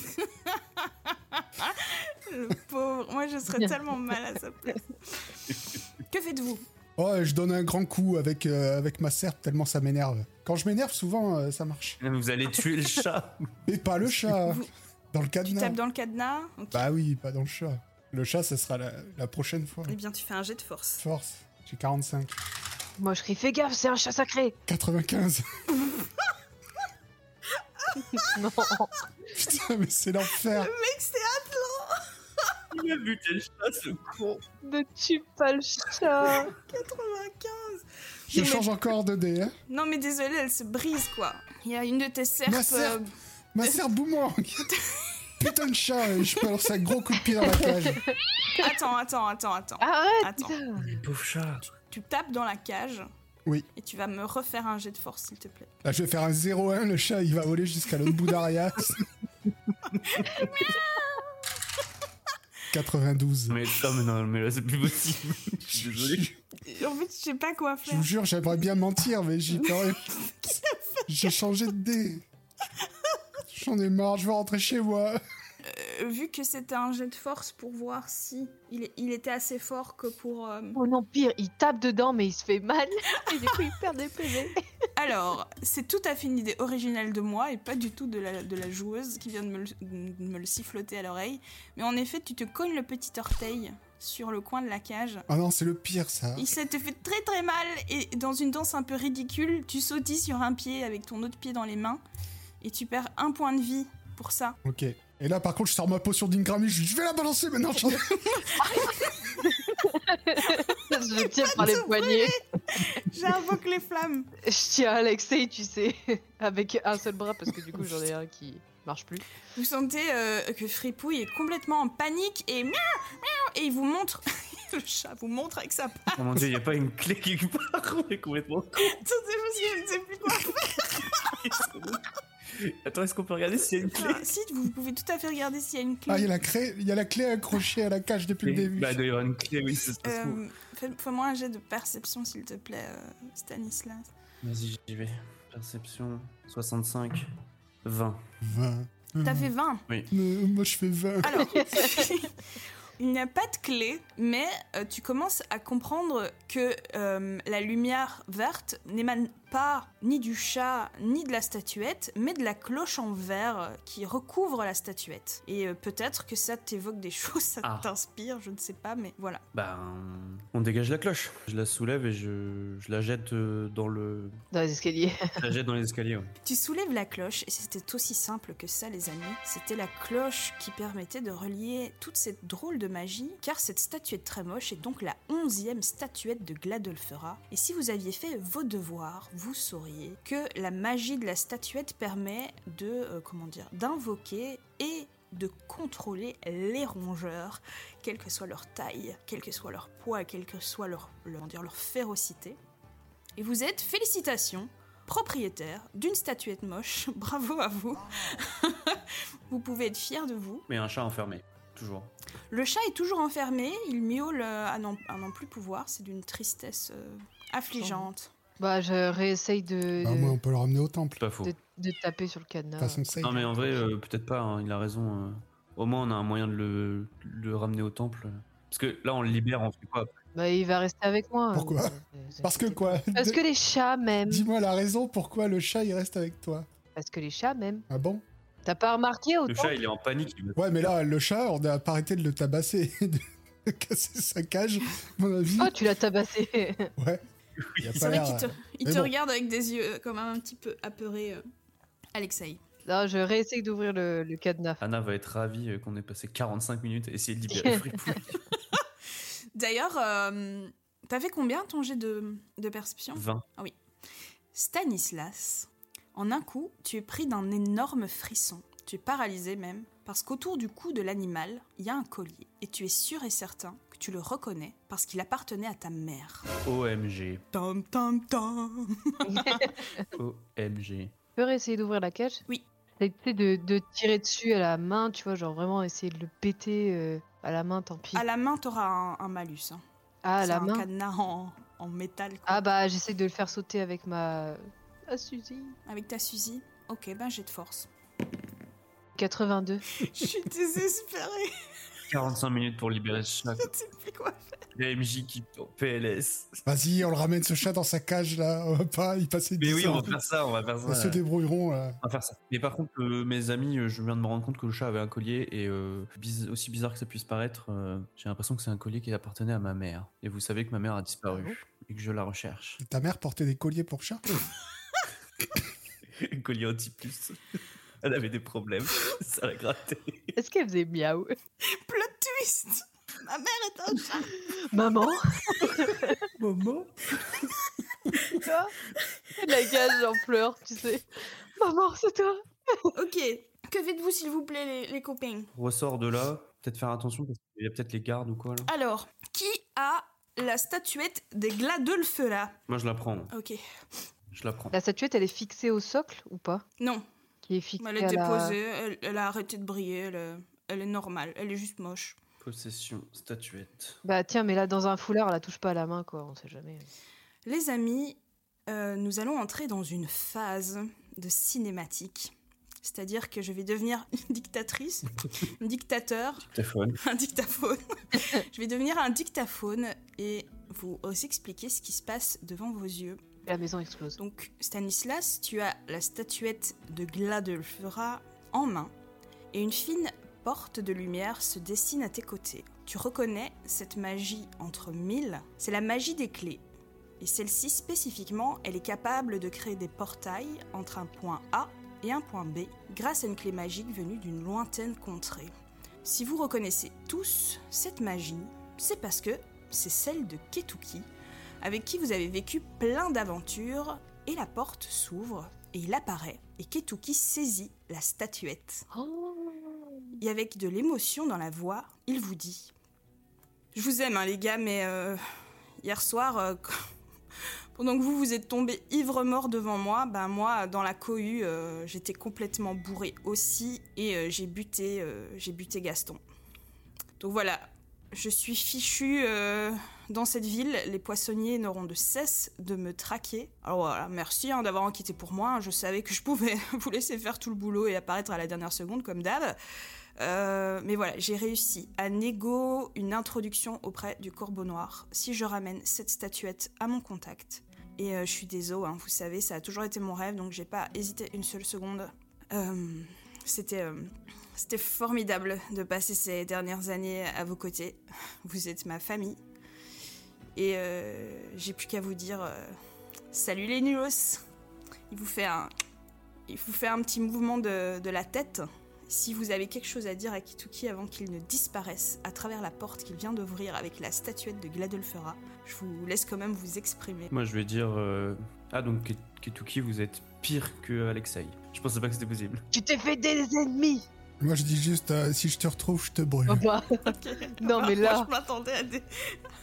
Le pauvre, moi je serais tellement mal à sa place. Que faites-vous? Oh, je donne un grand coup avec ma serpe tellement ça m'énerve. Quand je m'énerve, souvent, ça marche. Mais vous allez tuer le chat. Mais pas le chat. Vous- Dans le Tu cadenas. tapes dans le cadenas? Ok. Bah oui, pas dans le chat. Le chat, ça sera la prochaine fois. Eh bien, tu fais un jet de force. Force. J'ai 45. Moi je crie fais gaffe, c'est un chat sacré. 95. Non. Putain, mais c'est l'enfer. Mec, c'est Il a buté le chat, ce con. Ne tue pas le chat. 95. Je Mais- change encore de dés, hein. Non, mais désolé, elle se brise quoi. Il y a une de tes serpes. Ma serpe. Ma serpe boomerang. Putain de chat, et je peux lancer un gros coup de pied dans la cage. Attends. Arrête. Attends. Putain. Pauvre chat. Tu tapes dans la cage. Oui. Et tu vas me refaire un jet de force, s'il te plaît. Là, je vais faire un 0-1, le chat, il va voler jusqu'à l'autre bout d'Arias. 92. Mais non, mais là, c'est plus possible. Je suis désolé. En fait, je sais pas quoi Je faire. vous jure, j'aimerais bien mentir, mais j'y peux rien. J'ai changé de dé. J'en ai marre, je veux rentrer chez moi. Vu que c'était un jet de force pour voir si il était assez fort que pour. Oh non, pire, il tape dedans mais il se fait mal. Et du coup il perd des PV. Alors, c'est tout à fait une idée originale de moi et pas du tout de la joueuse qui vient de me le siffloter à l'oreille. Mais en effet, tu te cognes le petit orteil sur le coin de la cage. Ah non, c'est le pire, ça. Et ça te fait très très mal et dans une danse un peu ridicule, tu sautilles sur un pied avec ton autre pied dans les mains et tu perds 1 point de vie pour ça. Ok. Et là, par contre, je sors ma potion d'Ingramus, je vais la balancer maintenant. Je le tiens par les poignets. J'invoque les flammes. Je tiens Alexei, tu sais, avec un seul bras parce que du coup j'en ai un qui marche plus. Vous sentez que Fripouille est complètement en panique et miaou, miaou, et il vous montre. Le chat vous montre avec sa patte. Oh mon dieu, y a pas une clé quelque part. On est complètement con. Attendez, parce que je ne sais plus quoi faire. Attends, est-ce qu'on peut regarder s'il y a une clé? Si, vous pouvez tout à fait regarder s'il y a une clé. Ah, il y a la clé accrochée à la cage depuis le début. Bah, il doit y avoir une clé, oui, ça se trouve. Fais-moi un jet de perception, s'il te plaît, Stanislas. Vas-y, j'y vais. Perception, 65, 20. 20. T'as fait 20. Moi, je fais 20. Alors, il n'y a pas de clé, mais tu commences à comprendre que la lumière verte n'émane pas ni du chat ni de la statuette, mais de la cloche en verre qui recouvre la statuette. Et peut-être que ça t'évoque des choses, ça t'inspire, je ne sais pas, mais voilà. Ben, on dégage la cloche. Je la soulève et je la jette dans le... Dans les escaliers. Je la jette dans les escaliers, ouais. Tu soulèves la cloche, et c'était aussi simple que ça, les amis. C'était la cloche qui permettait de relier toute cette drôle de magie, car cette statuette très moche est donc la 11e statuette de Gladolfera. Et si vous aviez fait vos devoirs, vous sauriez que la magie de la statuette permet de, d'invoquer et de contrôler les rongeurs, quelle que soit leur taille, quel que soit leur poids, quelle que soit leur férocité. Et vous êtes, félicitations, propriétaire d'une statuette moche. Bravo à vous. Vous pouvez être fiers de vous. Mais un chat enfermé, toujours. Le chat est toujours enfermé, il miaule à n'en plus pouvoir, c'est d'une tristesse affligeante. Bah, je réessaye de... Bah, moi, on peut le ramener au temple. Pas faux. de taper sur le cadenas. De toute façon, safe. Non, mais en vrai, peut-être pas, hein, il a raison. Au moins, on a un moyen de le ramener au temple. Parce que là, on le libère, on fait quoi après? Bah, il va rester avec moi. Pourquoi Parce que quoi Parce que les chats m'aiment. Dis-moi la raison pourquoi le chat il reste avec toi. Parce que les chats m'aiment. Ah bon? T'as pas remarqué autant? Le chat, il est en panique. Ouais, mais là, le chat, on n'a pas arrêté de le tabasser, de casser sa cage, à mon avis. Oh, tu l'as tabassé. Ouais. Il a C'est pas vrai l'air, qu'il te bon. regarde avec des yeux comme un petit peu apeurés, Alexei. Non, je réessaye d'ouvrir le cadenas. Anna va être ravie qu'on ait passé 45 minutes à essayer de libérer Fripouille. D'ailleurs, t'as fait combien ton jet de perception? 20. Ah oui. Stanislas, en un coup, tu es pris d'un énorme frisson. Tu es paralysé même, parce qu'autour du cou de l'animal, il y a un collier. Et tu es sûr et certain que tu le reconnais, parce qu'il appartenait à ta mère. OMG. Tam tam tam. OMG. Tu peux réessayer d'ouvrir la cage? Oui. Essayer de tirer dessus à la main, tu vois, genre vraiment essayer de le péter à la main, tant pis. À la main, t'auras un malus. Hein. Ah, à C'est la un main. cadenas en métal. Quoi. Ah bah, j'essaie de le faire sauter avec ma Suzy. Avec ta Suzy. Ok, ben j'ai de force. 82. Je suis désespérée. 45 minutes pour libérer ce chat. Je ne sais plus quoi faire. Les MJ qui en PLS. Vas-y, on le ramène ce chat dans sa cage là. On va pas y passer 10 Mais oui, heures. on va faire ça, on va faire Ils ça. se débrouilleront là. On va faire ça. Mais par contre, mes amis, je viens de me rendre compte que le chat avait un collier et aussi bizarre que ça puisse paraître, j'ai l'impression que c'est un collier qui appartenait à ma mère. Et vous savez que ma mère a disparu et que je la recherche. Ta mère portait des colliers pour chat? Un collier anti-puce. Elle avait des problèmes, ça l'a gratté. Est-ce qu'elle faisait miaou? Plot twist. Ma mère est un chat. Maman? Maman? Quoi? La cage, j'en pleure, tu sais. Maman, c'est toi? Ok. Que faites-vous, s'il vous plaît, les copains? Ressort de là, peut-être faire attention parce qu'il y a peut-être les gardes ou quoi là. Alors, qui a la statuette des Gladolfera? Moi je la prends, Ok. je la prends. La statuette, elle est fixée au socle ou pas? Non, Qui est fixée elle est à la... déposée, elle a arrêté de briller, elle est normale, elle est juste moche. Possession, statuette. Bah tiens, mais là, dans un foulard, elle la touche pas à la main, quoi, on sait jamais. Les amis, nous allons entrer dans une phase de cinématique. C'est-à-dire que je vais devenir une dictatrice, un dictateur, Téléphone. un dictaphone. Je vais devenir un dictaphone et vous expliquer ce qui se passe devant vos yeux. La maison explose. Donc, Stanislas, tu as la statuette de Gladolfera en main et une fine porte de lumière se dessine à tes côtés. Tu reconnais cette magie entre mille, c'est la magie des clés. Et celle-ci spécifiquement, elle est capable de créer des portails entre un point A et un point B grâce à une clé magique venue d'une lointaine contrée. Si vous reconnaissez tous cette magie, c'est parce que c'est celle de Ketuki, avec qui vous avez vécu plein d'aventures, et la porte s'ouvre, et il apparaît, et Ketuki saisit la statuette. Et avec de l'émotion dans la voix, il vous dit « Je vous aime, hein, les gars, mais hier soir, Pendant que vous êtes tombé ivre-mort devant moi, moi, dans la cohue, j'étais complètement bourrée aussi et j'ai buté Gaston. Donc voilà, je suis fichue dans cette ville. Les poissonniers n'auront de cesse de me traquer. Alors voilà, merci d'avoir enquêté pour moi. Je savais que je pouvais vous laisser faire tout le boulot et apparaître à la dernière seconde, comme d'hab. Mais voilà, j'ai réussi à négo une introduction auprès du Corbeau Noir. Si je ramène cette statuette à mon contact, et je suis désolée, vous savez, ça a toujours été mon rêve, donc j'ai pas hésité une seule seconde. C'était formidable de passer ces dernières années à vos côtés. Vous êtes ma famille. Et j'ai plus qu'à vous dire salut les nulos. Il vous fait un petit mouvement de la tête. Si vous avez quelque chose à dire à Kituki avant qu'il ne disparaisse à travers la porte qu'il vient d'ouvrir avec la statuette de Gladelfera, je vous laisse quand même vous exprimer. Moi, je vais dire... donc Kituki, vous êtes pire que Alexei. Je pensais pas que c'était possible. Tu t'es fait des ennemis. Moi, je dis juste, si je te retrouve, je te brûle. Oh bah. Okay. Non, mais là... Moi, je m'attendais à des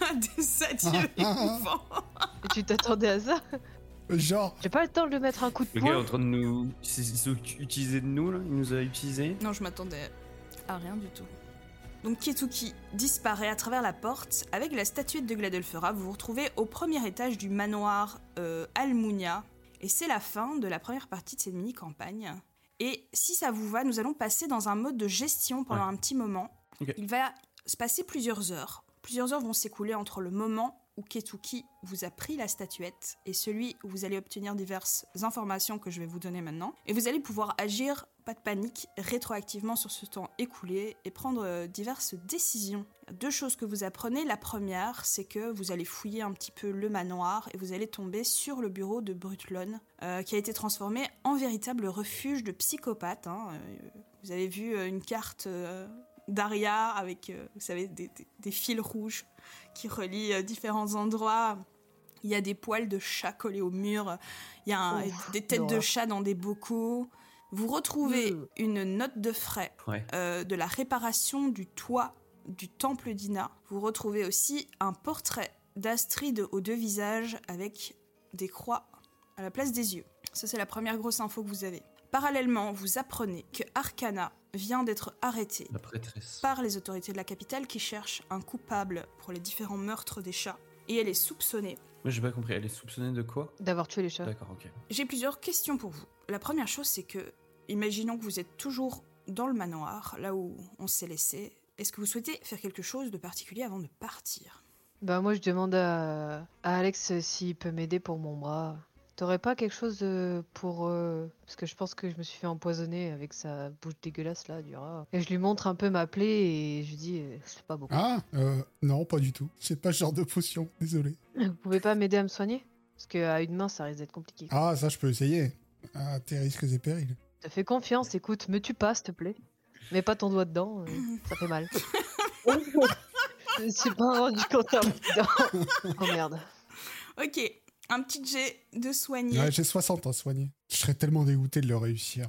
adieux émouvants. Et tu t'attendais à ça? Genre... J'ai pas le temps de lui mettre un coup de Le gars est poing. en train de nous... Il s'est utilisé de nous, là. Il nous a utilisés. Non, je m'attendais à rien du tout. Donc Kituki disparaît à travers la porte. Avec la statuette de Gladelfera, vous vous retrouvez au premier étage du manoir Almunia. Et c'est la fin de la première partie de cette mini-campagne. Et si ça vous va, nous allons passer dans un mode de gestion pendant un petit moment. Okay. Il va se passer plusieurs heures. Plusieurs heures vont s'écouler entre le moment où Kituki vous a pris la statuette et celui où vous allez obtenir diverses informations que je vais vous donner maintenant. Et vous allez pouvoir agir, pas de panique, rétroactivement sur ce temps écoulé et prendre diverses décisions. Il y a 2 choses que vous apprenez. La première, c'est que vous allez fouiller un petit peu le manoir et vous allez tomber sur le bureau de Brutlon, qui a été transformé en véritable refuge de psychopathes. Vous avez vu une carte... d'Aria avec, vous savez, des fils rouges qui relient différents endroits. Il y a des poils de chat collés au mur. Il y a des têtes de chat dans des bocaux. Vous retrouvez une note de frais de la réparation du toit du temple d'Ina. Vous retrouvez aussi un portrait d'Astrid aux 2 visages avec des croix à la place des yeux. Ça, c'est la première grosse info que vous avez. Parallèlement, vous apprenez que Arcana vient d'être arrêtée par les autorités de la capitale qui cherchent un coupable pour les différents meurtres des chats. Et elle est soupçonnée. Moi, j'ai pas compris. Elle est soupçonnée de quoi? D'avoir tué les chats. D'accord, ok. J'ai plusieurs questions pour vous. La première chose, c'est que, imaginons que vous êtes toujours dans le manoir, là où on s'est laissé. Est-ce que vous souhaitez faire quelque chose de particulier avant de partir? Bah moi, je demande à Alex s'il peut m'aider pour mon bras. T'aurais pas quelque chose pour... Parce que je pense que je me suis fait empoisonner avec sa bouche dégueulasse là, du rat. Et je lui montre un peu ma plaie et je lui dis, c'est pas beaucoup. Ah, non, pas du tout. J'ai pas ce genre de potion, désolé. Vous pouvez pas m'aider à me soigner? Parce qu'à une main, ça risque d'être compliqué. Ah, ça, je peux essayer. À tes risques et périls. T'as fait confiance, écoute, me tue pas, s'il te plaît. Mets pas ton doigt dedans, ça fait mal. Je me suis pas rendu compte en dedans. Oh merde. Ok. Un petit jet de soigner. Ouais, j'ai 60 à soigner. Je serais tellement dégoûté de le réussir.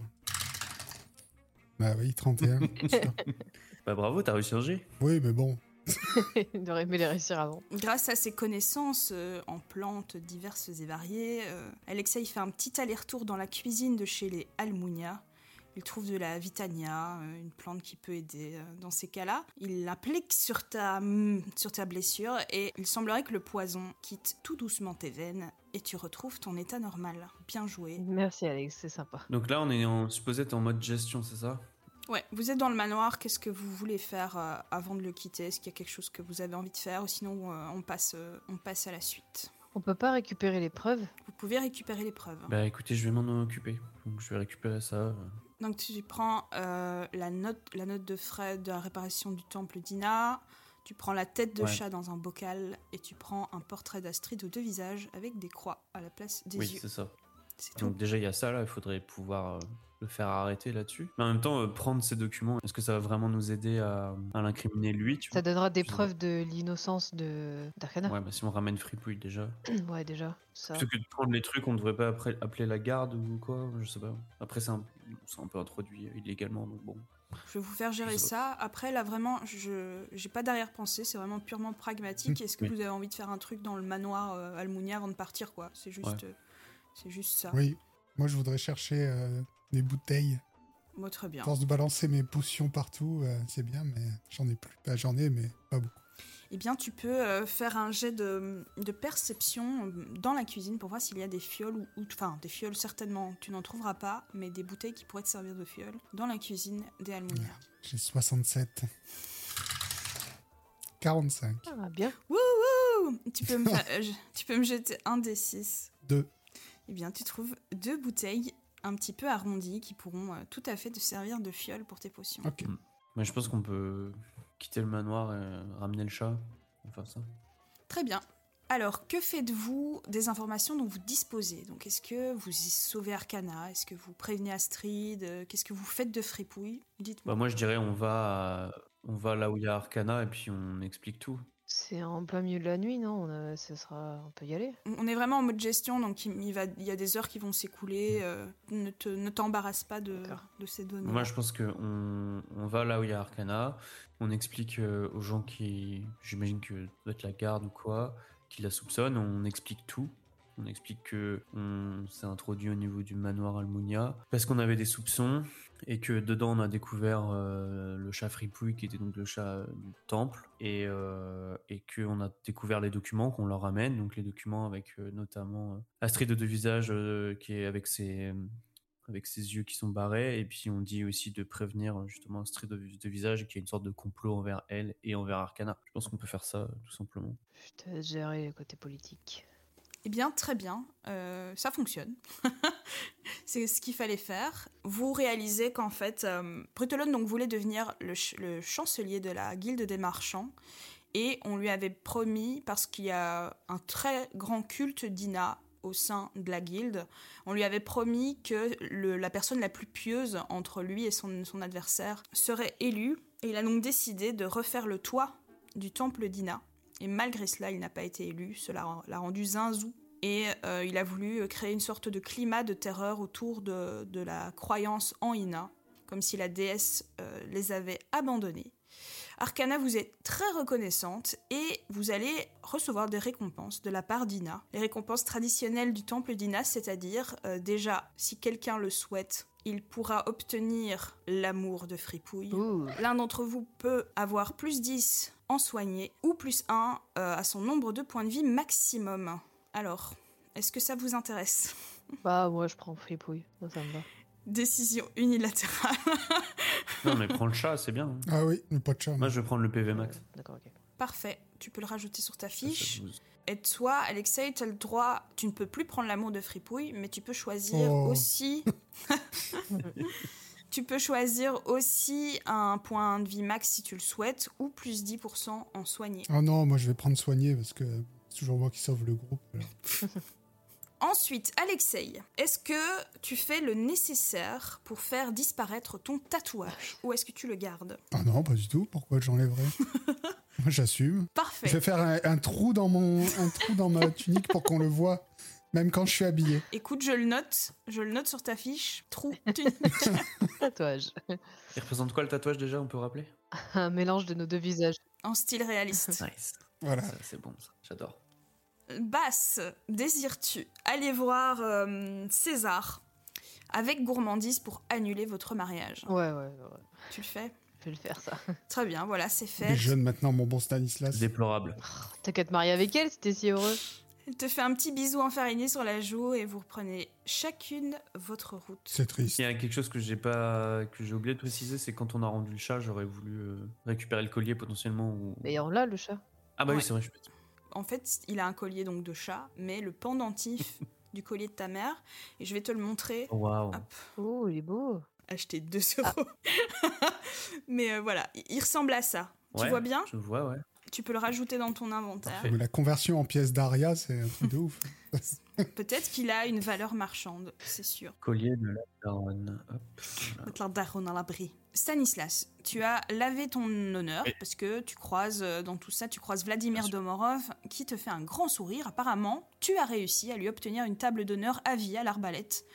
Bah oui, 31. Bah bravo, t'as réussi un G. Oui, mais bon. Il aurait aimé les réussir avant. Grâce à ses connaissances en plantes diverses et variées, Alexei fait un petit aller-retour dans la cuisine de chez les Almunia. Il trouve de la Vitania, une plante qui peut aider dans ces cas-là. Il l'applique sur ta blessure et il semblerait que le poison quitte tout doucement tes veines et tu retrouves ton état normal. Bien joué. Merci Alex, c'est sympa. Donc là, on est supposé être en mode gestion, c'est ça? Ouais, vous êtes dans le manoir, qu'est-ce que vous voulez faire avant de le quitter? Est-ce qu'il y a quelque chose que vous avez envie de faire ou sinon on passe à la suite? On peut pas récupérer les preuves? Vous pouvez récupérer les preuves. Bah écoutez, je vais m'en occuper. Donc je vais récupérer ça. Donc tu prends la note de frais de la réparation du temple d'Ina, tu prends la tête de chat dans un bocal et tu prends un portrait d'Astrid aux 2 visages avec des croix à la place des yeux. Oui, c'est ça. C'est tout. Donc déjà, il y a ça là, il faudrait pouvoir le faire arrêter là-dessus. Mais en même temps, prendre ces documents, est-ce que ça va vraiment nous aider à l'incriminer lui, tu vois? Ça donnera des preuves de l'innocence d'Arcana. Ouais, bah si on ramène Fripouille déjà. Ouais, déjà, ça. Plutôt que de prendre les trucs, on devrait pas appeler la garde ou quoi, je sais pas. Après, c'est un peu introduit illégalement, donc bon. Je vais vous faire gérer ça. Après, là, vraiment, j'ai pas d'arrière-pensée. C'est vraiment purement pragmatique. Est-ce que vous avez envie de faire un truc dans le manoir Almunia avant de partir, quoi? C'est juste ça. Oui, moi je voudrais chercher des bouteilles. Bon, très bien. À force de balancer mes potions partout, c'est bien, mais j'en ai plus. J'en ai, mais pas beaucoup. Eh bien, tu peux faire un jet de perception dans la cuisine pour voir s'il y a des fioles enfin, des fioles, certainement, tu n'en trouveras pas, mais des bouteilles qui pourraient te servir de fioles dans la cuisine des Almunia. J'ai 67. 45. Ah, bien. Wouhou! Tu peux me jeter un des 6. 2. Eh bien, tu trouves 2 bouteilles un petit peu arrondies qui pourront tout à fait te servir de fioles pour tes potions. Ok. Mais je pense qu'on peut quitter le manoir et ramener le chat. Enfin ça. Très bien. Alors, que faites-vous des informations dont vous disposez? Donc, est-ce que vous sauvez Arcana? Est-ce que vous prévenez Astrid? Qu'est-ce que vous faites de fripouille? Dites-moi. Bah moi je dirais on va là où il y a Arcana et puis on explique tout. C'est en plein milieu de la nuit, non? On peut y aller. On est vraiment en mode gestion, donc il y a des heures qui vont s'écouler. Ne t'embarrasse pas de ces données. Moi je pense qu'on va là où il y a Arcana, on explique aux gens qui, j'imagine que ça doit être la garde ou quoi, qui la soupçonnent, on explique tout. On explique que on s'est introduit au niveau du manoir Almunia parce qu'on avait des soupçons et que dedans on a découvert le chat Fripouille qui était donc le chat du temple et qu'on a découvert les documents qu'on leur ramène, donc les documents avec notamment Astrid de Visage qui est avec ses yeux qui sont barrés, et puis on dit aussi de prévenir justement Astrid de Visage qui a une sorte de complot envers elle et envers Arcana. Je pense qu'on peut faire ça tout simplement. Je te laisse gérer le côté politique. Eh bien, très bien. Ça fonctionne. C'est ce qu'il fallait faire. Vous réalisez qu'en fait, Brutolone donc, voulait devenir le chancelier de la guilde des marchands. Et on lui avait promis, parce qu'il y a un très grand culte d'Ina au sein de la guilde, on lui avait promis que la personne la plus pieuse entre lui et son adversaire serait élue. Et il a donc décidé de refaire le toit du temple d'Ina. Et malgré cela, il n'a pas été élu, cela l'a rendu zinzou. Et il a voulu créer une sorte de climat de terreur autour de la croyance en Ina, comme si la déesse les avait abandonnés. Arcana vous est très reconnaissante et vous allez recevoir des récompenses de la part d'Ina. Les récompenses traditionnelles du temple d'Ina, c'est-à-dire déjà, si quelqu'un le souhaite, il pourra obtenir l'amour de Fripouille. Ouh. L'un d'entre vous peut avoir plus 10 en soigné ou plus 1 à son nombre de points de vie maximum. Alors, est-ce que ça vous intéresse? Bah, moi, je prends Fripouille. Ça me va. Décision unilatérale. Non mais prends le chat, c'est bien. Hein. Ah oui, mais pas de chat. Moi je vais prendre le PV max. D'accord, ok. Parfait, tu peux le rajouter sur ta Ça, fiche. ça vous- Et toi, Alexei, tu as le droit, tu ne peux plus prendre l'amour de Fripouille, mais tu peux choisir aussi... Tu peux choisir aussi un point de vie max si tu le souhaites, ou plus 10% en soigné. Ah non, moi je vais prendre soigné parce que c'est toujours moi qui sauve le groupe. Alors. Ensuite, Alexei, est-ce que tu fais le nécessaire pour faire disparaître ton tatouage, ou est-ce que tu le gardes? Ah non, pas du tout. Pourquoi j'enlèverais? Moi j'assume. Parfait. Je vais faire un trou dans ma tunique pour qu'on le voit, même quand je suis habillé. Écoute, je le note sur ta fiche. Trou, tunique. Tatouage. Il représente quoi le tatouage déjà, on peut rappeler? Un mélange de nos deux visages. En style réaliste. Nice. Voilà. Ça, c'est bon ça, j'adore. Basse, désires-tu aller voir César avec gourmandise pour annuler votre mariage? Ouais. Tu le fais? Je vais le faire, ça. Très bien, voilà, c'est fait. Les jeunes maintenant, mon bon Stanislas. Déplorable. T'as qu'à te marier avec elle si t'es si heureux. Elle te fait un petit bisou enfariné sur la joue et vous reprenez chacune votre route. C'est triste. Il y a quelque chose que j'ai oublié de préciser, c'est quand on a rendu le chat, j'aurais voulu récupérer le collier potentiellement. Ou... Mais on l'a, le chat. Ah bah Ouais. oui, c'est vrai, je suis petit. En fait, il a un collier donc de chat, mais le pendentif du collier de ta mère, et je vais te le montrer. Oh, waouh. Hop, Oh, il est beau. acheter 2 euros. Mais voilà, il ressemble à ça. Tu Ouais, vois bien? Je vois, ouais. Tu peux le rajouter dans ton inventaire. Parfait. Mais la conversion en pièces d'Aria, c'est un truc de ouf. Peut-être qu'il a une valeur marchande, c'est sûr. Collier de la daronne. Hop. Voilà. Mettre la daronne à l'abri. Stanislas, tu as lavé ton honneur Oui. parce que tu croises dans tout ça, tu croises Vladimir Bien sûr. Domorov qui te fait un grand sourire. Apparemment, tu as réussi à lui obtenir une table d'honneur à vie à l'arbalète.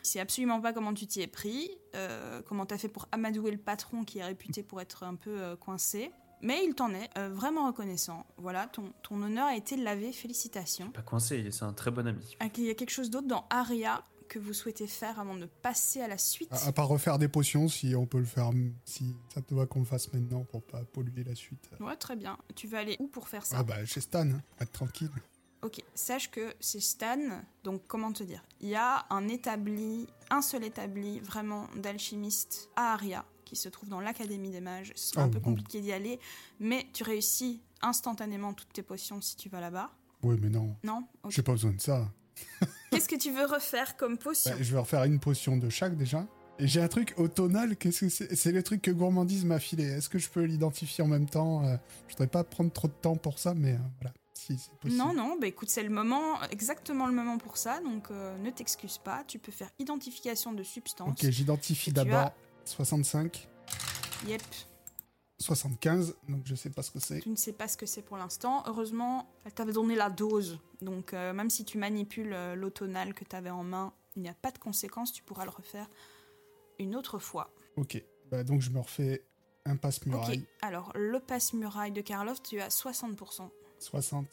sait absolument pas comment tu t'y es pris, comment t'as fait pour amadouer le patron qui est réputé pour être un peu coincé. Mais il t'en est vraiment reconnaissant. Voilà, ton honneur a été lavé, félicitations. Pas coincé, c'est un très bon ami. Il y a quelque chose d'autre dans Aria que vous souhaitez faire avant de passer à la suite? À part refaire des potions, si on peut le faire, si ça te va qu'on le fasse maintenant pour pas polluer la suite. Ouais, très bien. Tu vas aller où pour faire ça? Ah bah chez Stan, hein. Être tranquille. Ok, sache que c'est Stan, donc comment te dire? Il y a un seul établi vraiment d'alchimiste à Aria, qui se trouve dans l'Académie des Mages. Ce sera un peu compliqué d'y aller, mais tu réussis instantanément toutes tes potions si tu vas là-bas. Oui, mais non. Non? Okay. J'ai pas besoin de ça. Qu'est-ce que tu veux refaire comme potion? Je vais refaire une potion de chaque déjà. Et j'ai un truc automnal, qu'est-ce que c'est? C'est le truc que Gourmandise m'a filé. Est-ce que je peux l'identifier en même temps? Je voudrais pas prendre trop de temps pour ça, mais voilà. Si, c'est possible. Non, bah écoute, c'est le moment, exactement le moment pour ça, donc ne t'excuse pas, tu peux faire identification de substance. Ok, j'identifie d'abord 65. Yep. 75, donc je sais pas ce que c'est. Tu ne sais pas ce que c'est pour l'instant. Heureusement, elle t'avait donné la dose, donc même si tu manipules l'autonal que tu avais en main, il n'y a pas de conséquences, tu pourras le refaire une autre fois. Ok, bah donc je me refais un passe-muraille. Ok, alors le passe-muraille de Karloff, tu as 60%. 60.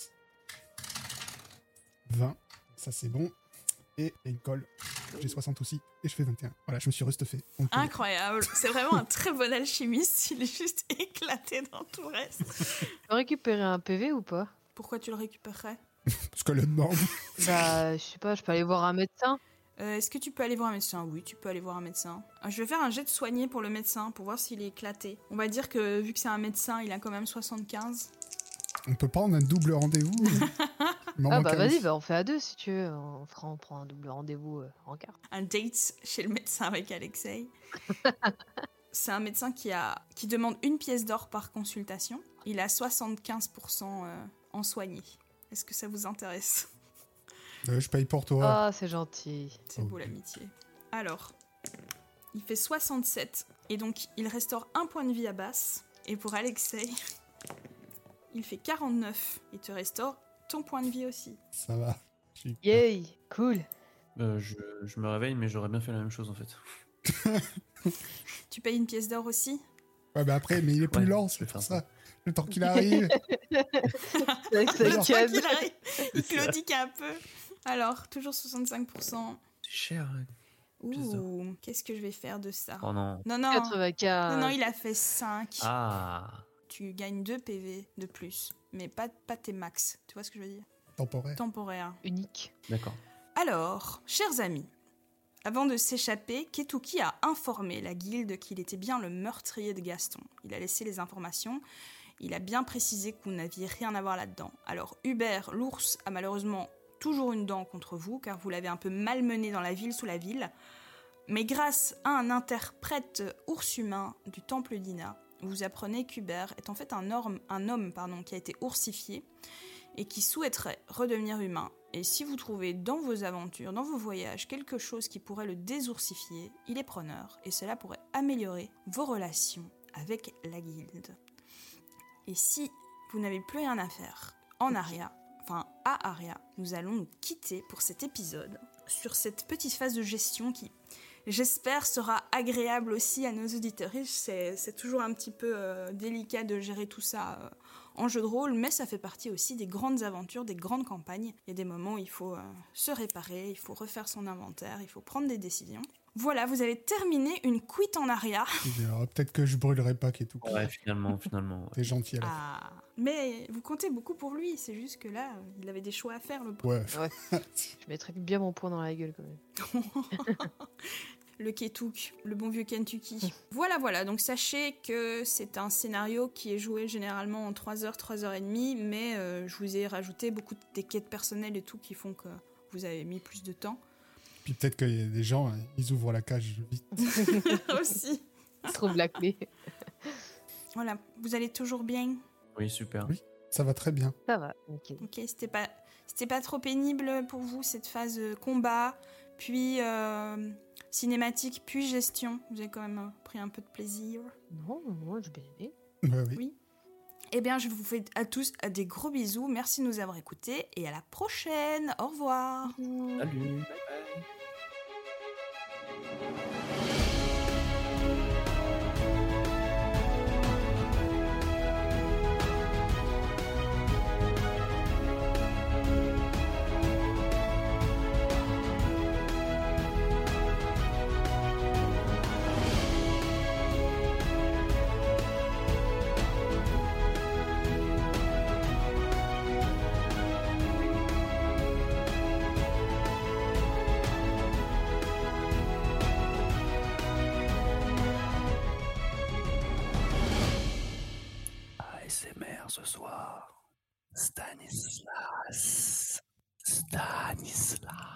20. Ça, c'est bon. Et il y a une colle. J'ai 60 aussi. Et je fais 21. Voilà, je me suis restuffé. Incroyable. C'est vraiment un très bon alchimiste. Il est juste éclaté dans tout le reste. Tu peux récupérer un PV ou pas? Pourquoi tu le récupérerais? Parce qu'elle le demande. Bah, je sais pas, je peux aller voir un médecin. Est-ce que tu peux aller voir un médecin? Oui, tu peux aller voir un médecin. Je vais faire un jet de soigner pour le médecin, pour voir s'il est éclaté. On va dire que vu que c'est un médecin, il a quand même 75. On peut prendre un double rendez-vous. Ah bah vas-y, bah on fait à deux si tu veux. On prend un double rendez-vous en carte. Un date chez le médecin avec Alexei. C'est un médecin qui demande 1 pièce d'or par consultation. Il a 75% en soigné. Est-ce que ça vous intéresse? Je paye pour toi. Ah, c'est gentil. C'est beau l'amitié. Alors, il fait 67. Et donc, il restaure 1 point de vie à Basse. Et pour Alexei, il fait 49. Il te restaure ton point de vie aussi. Ça va. Yay, cool. Je me réveille, mais j'aurais bien fait la même chose en fait. Tu payes 1 pièce d'or aussi? Ouais, bah après, mais il est plus lent, c'est pour ça. Le temps qu'il arrive. Le temps qu'il arrive, il claudique un peu. Alors, toujours 65%. C'est cher. Ouh, qu'est-ce que je vais faire de ça? Oh non. Non, non. 95. Non, il a fait 5. Ah. Tu gagnes 2 PV de plus, mais pas tes max. Tu vois ce que je veux dire? Temporaire. Unique. D'accord. Alors, chers amis, avant de s'échapper, Ketuki a informé la guilde qu'il était bien le meurtrier de Gaston. Il a laissé les informations. Il a bien précisé que vous n'aviez rien à voir là-dedans. Alors, Hubert, l'ours, a malheureusement toujours une dent contre vous, car vous l'avez un peu malmené dans la ville sous la ville. Mais grâce à un interprète ours humain du temple d'Ina, vous apprenez qu'Hubert est en fait un homme qui a été oursifié et qui souhaiterait redevenir humain. Et si vous trouvez dans vos aventures, dans vos voyages, quelque chose qui pourrait le désoursifier, il est preneur, et cela pourrait améliorer vos relations avec la guilde. Et si vous n'avez plus rien à faire à Aria, nous allons nous quitter pour cet épisode, sur cette petite phase de gestion qui, j'espère, sera agréable aussi à nos auditeurs. C'est toujours un petit peu délicat de gérer tout ça en jeu de rôle, mais ça fait partie aussi des grandes aventures, des grandes campagnes. Il y a des moments où il faut se réparer, il faut refaire son inventaire, il faut prendre des décisions. Voilà, vous avez terminé une cuite en Aria. Alors, peut-être que je brûlerai pas et tout. Ouais, finalement. T'es gentil à la fin. Ah, mais vous comptez beaucoup pour lui, c'est juste que là, il avait des choix à faire, le pauvre. Ouais. Je mettrais bien mon poing dans la gueule quand même. Le Ketuk, le bon vieux Kentucky. Voilà, donc sachez que c'est un scénario qui est joué généralement en 3h, 3h30, mais je vous ai rajouté beaucoup des quêtes personnelles et tout qui font que vous avez mis plus de temps. Puis peut-être qu'il y a des gens, ils ouvrent la cage vite. Aussi. Ils trouvent la clé. Voilà, vous allez toujours bien? Oui, super. Oui, ça va très bien. Ça va, ok. Ok, c'était pas trop pénible pour vous, cette phase combat, puis cinématique, puis gestion. Vous avez quand même pris un peu de plaisir? Non, moi j'ai bien aimé. Oui. Eh bien, je vous fais à tous des gros bisous. Merci de nous avoir écoutés et à la prochaine. Au revoir. Salut. Bye bye. Stanislas.